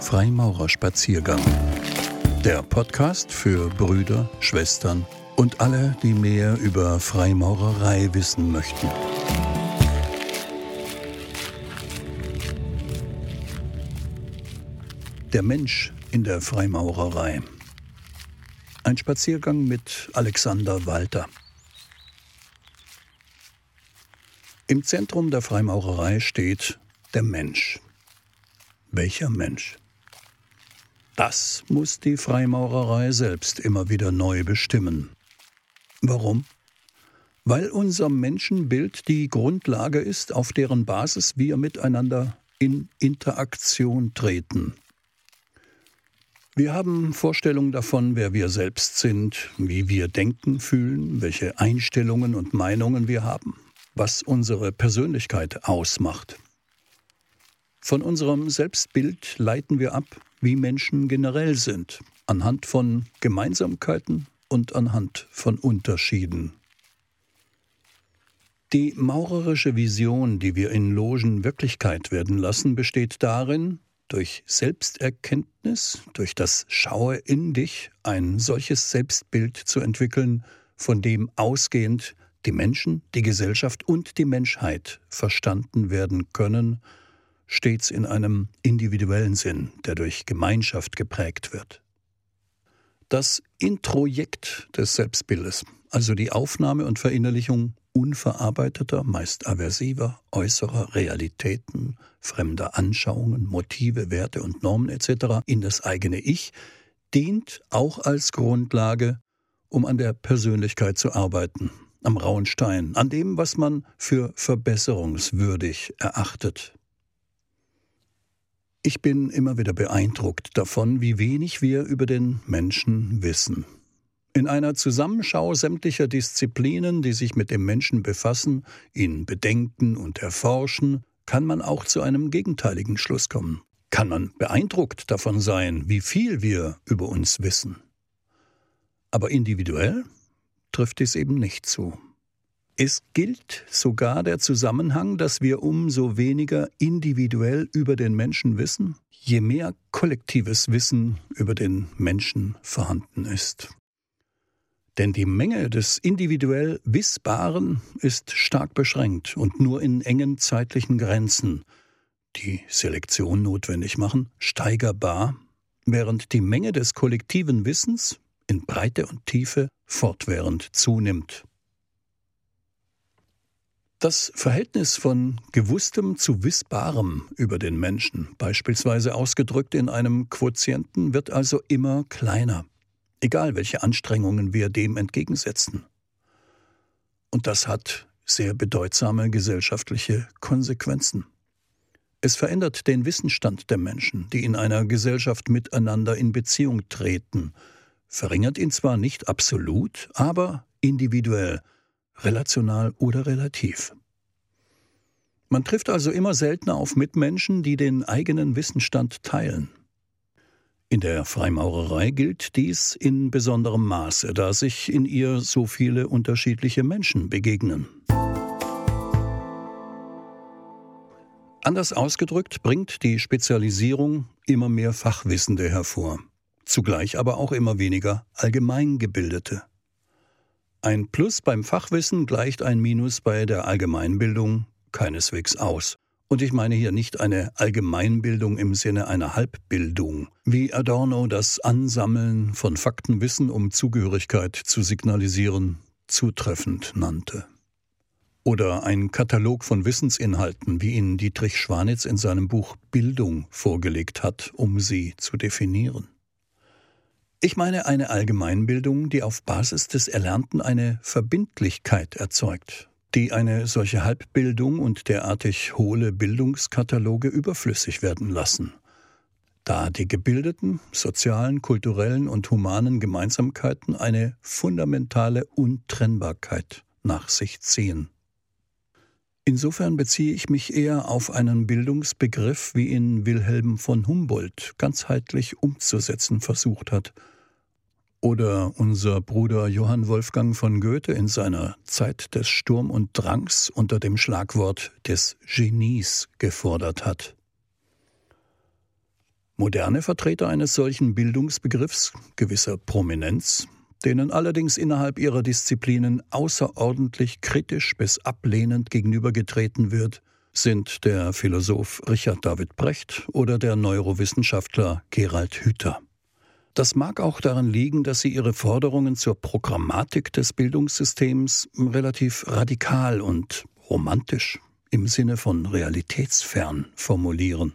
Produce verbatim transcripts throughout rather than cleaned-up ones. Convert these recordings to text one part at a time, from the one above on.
Freimaurerspaziergang. Der Podcast für Brüder, Schwestern und alle, die mehr über Freimaurerei wissen möchten. Der Mensch in der Freimaurerei. Ein Spaziergang mit Alexander Walter. Im Zentrum der Freimaurerei steht der Mensch. Welcher Mensch? Das muss die Freimaurerei selbst immer wieder neu bestimmen. Warum? Weil unser Menschenbild die Grundlage ist, auf deren Basis wir miteinander in Interaktion treten. Wir haben Vorstellungen davon, wer wir selbst sind, wie wir denken, fühlen, welche Einstellungen und Meinungen wir haben, was unsere Persönlichkeit ausmacht. Von unserem Selbstbild leiten wir ab, wie Menschen generell sind, anhand von Gemeinsamkeiten und anhand von Unterschieden. Die maurerische Vision, die wir in Logen Wirklichkeit werden lassen, besteht darin, durch Selbsterkenntnis, durch das Schaue in dich, ein solches Selbstbild zu entwickeln, von dem ausgehend die Menschen, die Gesellschaft und die Menschheit verstanden werden können, stets in einem individuellen Sinn, der durch Gemeinschaft geprägt wird. Das Introjekt des Selbstbildes, also die Aufnahme und Verinnerlichung unverarbeiteter, meist aversiver, äußerer Realitäten, fremder Anschauungen, Motive, Werte und Normen et cetera in das eigene Ich, dient auch als Grundlage, um an der Persönlichkeit zu arbeiten, am rauen Stein, an dem, was man für verbesserungswürdig erachtet. Ich bin immer wieder beeindruckt davon, wie wenig wir über den Menschen wissen. In einer Zusammenschau sämtlicher Disziplinen, die sich mit dem Menschen befassen, ihn bedenken und erforschen, kann man auch zu einem gegenteiligen Schluss kommen. Kann man beeindruckt davon sein, wie viel wir über uns wissen. Aber individuell trifft dies eben nicht zu. Es gilt sogar der Zusammenhang, dass wir umso weniger individuell über den Menschen wissen, je mehr kollektives Wissen über den Menschen vorhanden ist. Denn die Menge des individuell Wissbaren ist stark beschränkt und nur in engen zeitlichen Grenzen, die Selektion notwendig machen, steigerbar, während die Menge des kollektiven Wissens in Breite und Tiefe fortwährend zunimmt. Das Verhältnis von Gewusstem zu Wissbarem über den Menschen, beispielsweise ausgedrückt in einem Quotienten, wird also immer kleiner. Egal, welche Anstrengungen wir dem entgegensetzen. Und das hat sehr bedeutsame gesellschaftliche Konsequenzen. Es verändert den Wissensstand der Menschen, die in einer Gesellschaft miteinander in Beziehung treten, verringert ihn zwar nicht absolut, aber individuell, relational oder relativ. Man trifft also immer seltener auf Mitmenschen, die den eigenen Wissensstand teilen. In der Freimaurerei gilt dies in besonderem Maße, da sich in ihr so viele unterschiedliche Menschen begegnen. Anders ausgedrückt bringt die Spezialisierung immer mehr Fachwissende hervor, zugleich aber auch immer weniger Allgemeingebildete. Ein Plus beim Fachwissen gleicht ein Minus bei der Allgemeinbildung keineswegs aus. Und ich meine hier nicht eine Allgemeinbildung im Sinne einer Halbbildung, wie Adorno das Ansammeln von Faktenwissen, um Zugehörigkeit zu signalisieren, zutreffend nannte. Oder ein Katalog von Wissensinhalten, wie ihn Dietrich Schwanitz in seinem Buch Bildung vorgelegt hat, um sie zu definieren. Ich meine eine Allgemeinbildung, die auf Basis des Erlernten eine Verbindlichkeit erzeugt, die eine solche Halbbildung und derartig hohle Bildungskataloge überflüssig werden lassen, da die gebildeten, sozialen, kulturellen und humanen Gemeinsamkeiten eine fundamentale Untrennbarkeit nach sich ziehen. Insofern beziehe ich mich eher auf einen Bildungsbegriff, wie ihn Wilhelm von Humboldt ganzheitlich umzusetzen versucht hat, oder unser Bruder Johann Wolfgang von Goethe in seiner Zeit des Sturm und Drangs unter dem Schlagwort des Genies gefordert hat. Moderne Vertreter eines solchen Bildungsbegriffs gewisser Prominenz, denen allerdings innerhalb ihrer Disziplinen außerordentlich kritisch bis ablehnend gegenübergetreten wird, sind der Philosoph Richard David Brecht oder der Neurowissenschaftler Gerald Hüther. Das mag auch daran liegen, dass sie ihre Forderungen zur Programmatik des Bildungssystems relativ radikal und romantisch im Sinne von realitätsfern formulieren.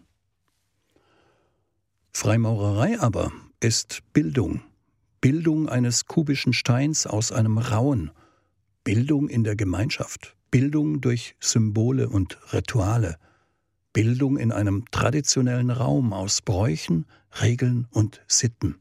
Freimaurerei aber ist Bildung. Bildung eines kubischen Steins aus einem Rauen. Bildung in der Gemeinschaft. Bildung durch Symbole und Rituale. Bildung in einem traditionellen Raum aus Bräuchen, Regeln und Sitten.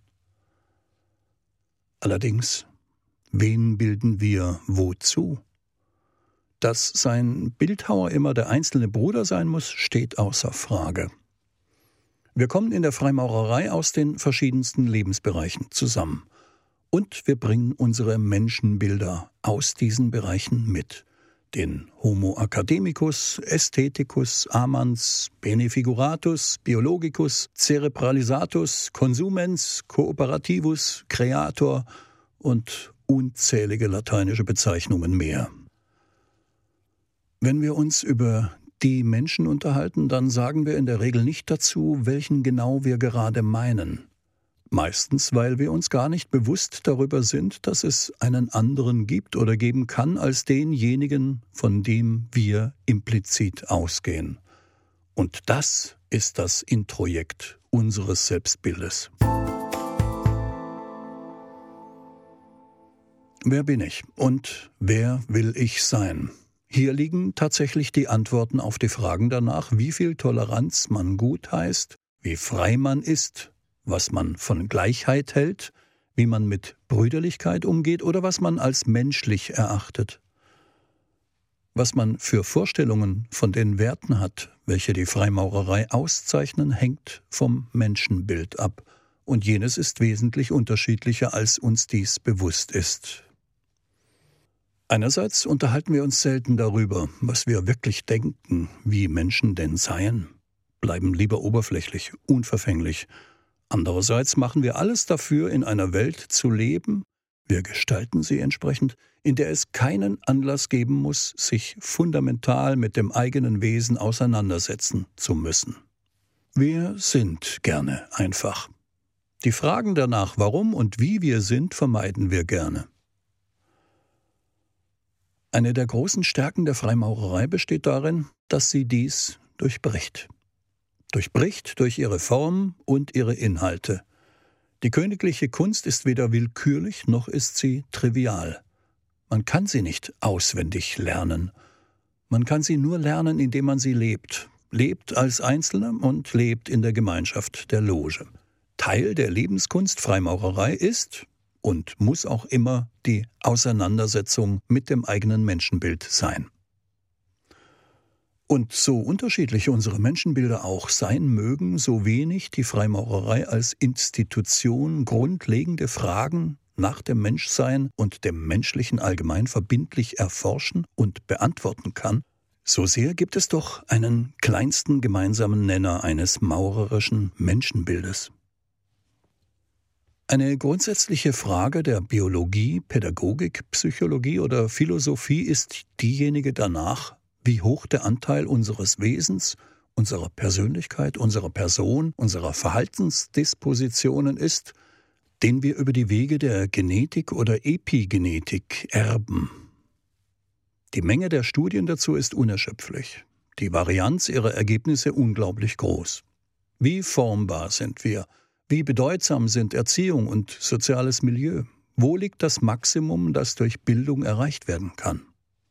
Allerdings, wen bilden wir wozu? Dass sein Bildhauer immer der einzelne Bruder sein muss, steht außer Frage. Wir kommen in der Freimaurerei aus den verschiedensten Lebensbereichen zusammen. Und wir bringen unsere Menschenbilder aus diesen Bereichen mit. Den Homo academicus, Aestheticus, Amans, Benefiguratus, Biologicus, Cerebralisatus, Consumens, Cooperativus, Creator und unzählige lateinische Bezeichnungen mehr. Wenn wir uns über die Menschen unterhalten, dann sagen wir in der Regel nicht dazu, welchen genau wir gerade meinen. Meistens, weil wir uns gar nicht bewusst darüber sind, dass es einen anderen gibt oder geben kann als denjenigen, von dem wir implizit ausgehen. Und das ist das Introjekt unseres Selbstbildes. Wer bin ich und wer will ich sein? Hier liegen tatsächlich die Antworten auf die Fragen danach, wie viel Toleranz man gut heißt, wie frei man ist, was man von Gleichheit hält, wie man mit Brüderlichkeit umgeht oder was man als menschlich erachtet. Was man für Vorstellungen von den Werten hat, welche die Freimaurerei auszeichnen, hängt vom Menschenbild ab. Und jenes ist wesentlich unterschiedlicher, als uns dies bewusst ist. Einerseits unterhalten wir uns selten darüber, was wir wirklich denken, wie Menschen denn seien, bleiben lieber oberflächlich, unverfänglich. Andererseits machen wir alles dafür, in einer Welt zu leben, wir gestalten sie entsprechend, in der es keinen Anlass geben muss, sich fundamental mit dem eigenen Wesen auseinandersetzen zu müssen. Wir sind gerne einfach. Die Fragen danach, warum und wie wir sind, vermeiden wir gerne. Eine der großen Stärken der Freimaurerei besteht darin, dass sie dies durchbricht. Durchbricht durch ihre Form und ihre Inhalte. Die königliche Kunst ist weder willkürlich, noch ist sie trivial. Man kann sie nicht auswendig lernen. Man kann sie nur lernen, indem man sie lebt. Lebt als Einzelner und lebt in der Gemeinschaft der Loge. Teil der Lebenskunst Freimaurerei ist und muss auch immer die Auseinandersetzung mit dem eigenen Menschenbild sein. Und so unterschiedlich unsere Menschenbilder auch sein mögen, so wenig die Freimaurerei als Institution grundlegende Fragen nach dem Menschsein und dem Menschlichen allgemein verbindlich erforschen und beantworten kann, so sehr gibt es doch einen kleinsten gemeinsamen Nenner eines maurerischen Menschenbildes. Eine grundsätzliche Frage der Biologie, Pädagogik, Psychologie oder Philosophie ist diejenige danach, wie hoch der Anteil unseres Wesens, unserer Persönlichkeit, unserer Person, unserer Verhaltensdispositionen ist, den wir über die Wege der Genetik oder Epigenetik erben. Die Menge der Studien dazu ist unerschöpflich, die Varianz ihrer Ergebnisse unglaublich groß. Wie formbar sind wir? Wie bedeutsam sind Erziehung und soziales Milieu? Wo liegt das Maximum, das durch Bildung erreicht werden kann?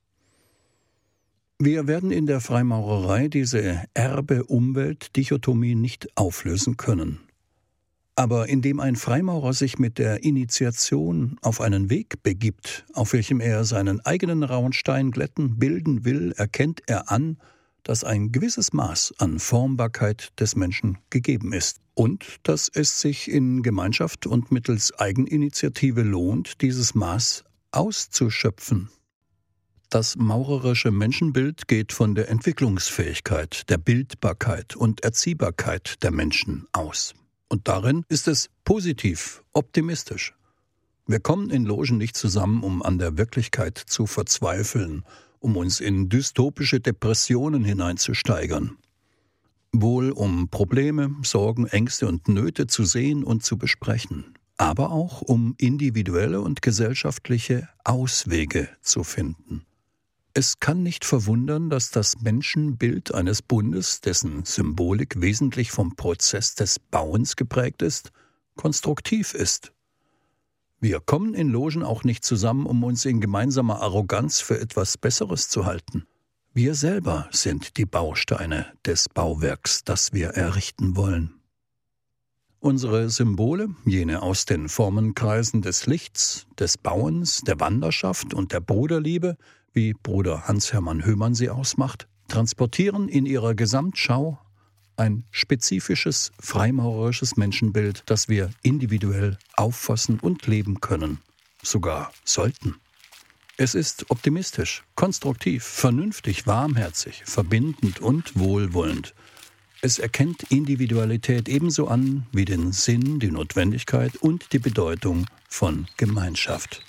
Wir werden in der Freimaurerei diese Erbe-Umwelt-Dichotomie nicht auflösen können. Aber indem ein Freimaurer sich mit der Initiation auf einen Weg begibt, auf welchem er seinen eigenen rauen Stein glätten, bilden will, erkennt er an, dass ein gewisses Maß an Formbarkeit des Menschen gegeben ist und dass es sich in Gemeinschaft und mittels Eigeninitiative lohnt, dieses Maß auszuschöpfen. Das maurerische Menschenbild geht von der Entwicklungsfähigkeit, der Bildbarkeit und Erziehbarkeit der Menschen aus. Und darin ist es positiv, optimistisch. Wir kommen in Logen nicht zusammen, um an der Wirklichkeit zu verzweifeln, um uns in dystopische Depressionen hineinzusteigern. Wohl um Probleme, Sorgen, Ängste und Nöte zu sehen und zu besprechen, aber auch um individuelle und gesellschaftliche Auswege zu finden. Es kann nicht verwundern, dass das Menschenbild eines Bundes, dessen Symbolik wesentlich vom Prozess des Bauens geprägt ist, konstruktiv ist. Wir kommen in Logen auch nicht zusammen, um uns in gemeinsamer Arroganz für etwas Besseres zu halten. Wir selber sind die Bausteine des Bauwerks, das wir errichten wollen. Unsere Symbole, jene aus den Formenkreisen des Lichts, des Bauens, der Wanderschaft und der Bruderliebe, wie Bruder Hans-Hermann Höhmann sie ausmacht, transportieren in ihrer Gesamtschau ein spezifisches, freimaurerisches Menschenbild, das wir individuell auffassen und leben können, sogar sollten. Es ist optimistisch, konstruktiv, vernünftig, warmherzig, verbindend und wohlwollend. Es erkennt Individualität ebenso an wie den Sinn, die Notwendigkeit und die Bedeutung von Gemeinschaft.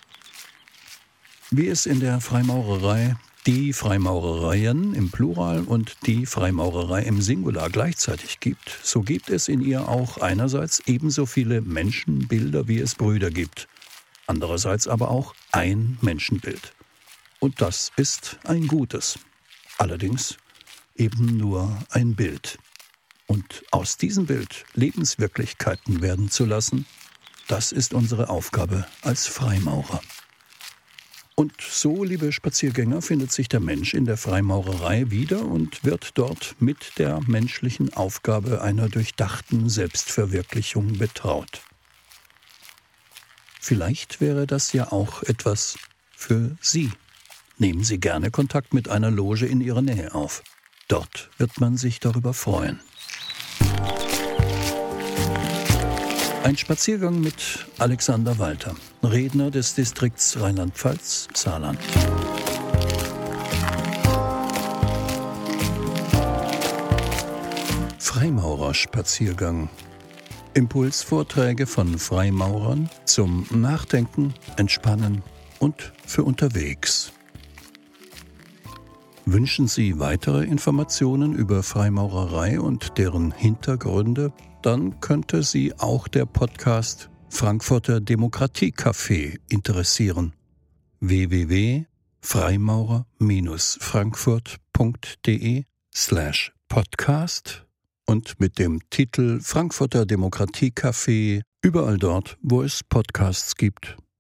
Wie es in der Freimaurerei die Freimaurereien im Plural und die Freimaurerei im Singular gleichzeitig gibt, so gibt es in ihr auch einerseits ebenso viele Menschenbilder, wie es Brüder gibt, andererseits aber auch ein Menschenbild. Und das ist ein gutes, allerdings eben nur ein Bild. Und aus diesem Bild Lebenswirklichkeiten werden zu lassen, das ist unsere Aufgabe als Freimaurer. Und so, liebe Spaziergänger, findet sich der Mensch in der Freimaurerei wieder und wird dort mit der menschlichen Aufgabe einer durchdachten Selbstverwirklichung betraut. Vielleicht wäre das ja auch etwas für Sie. Nehmen Sie gerne Kontakt mit einer Loge in Ihrer Nähe auf. Dort wird man sich darüber freuen. Ein Spaziergang mit Alexander Walter, Redner des Distrikts Rheinland-Pfalz, Saarland. Freimaurerspaziergang. Impulsvorträge von Freimaurern zum Nachdenken, Entspannen und für unterwegs. Wünschen Sie weitere Informationen über Freimaurerei und deren Hintergründe? Dann könnte Sie auch der Podcast Frankfurter Demokratiecafé interessieren. w w w punkt freimaurer Bindestrich frankfurt punkt de slash podcast und mit dem Titel Frankfurter Demokratiecafé überall dort, wo es Podcasts gibt.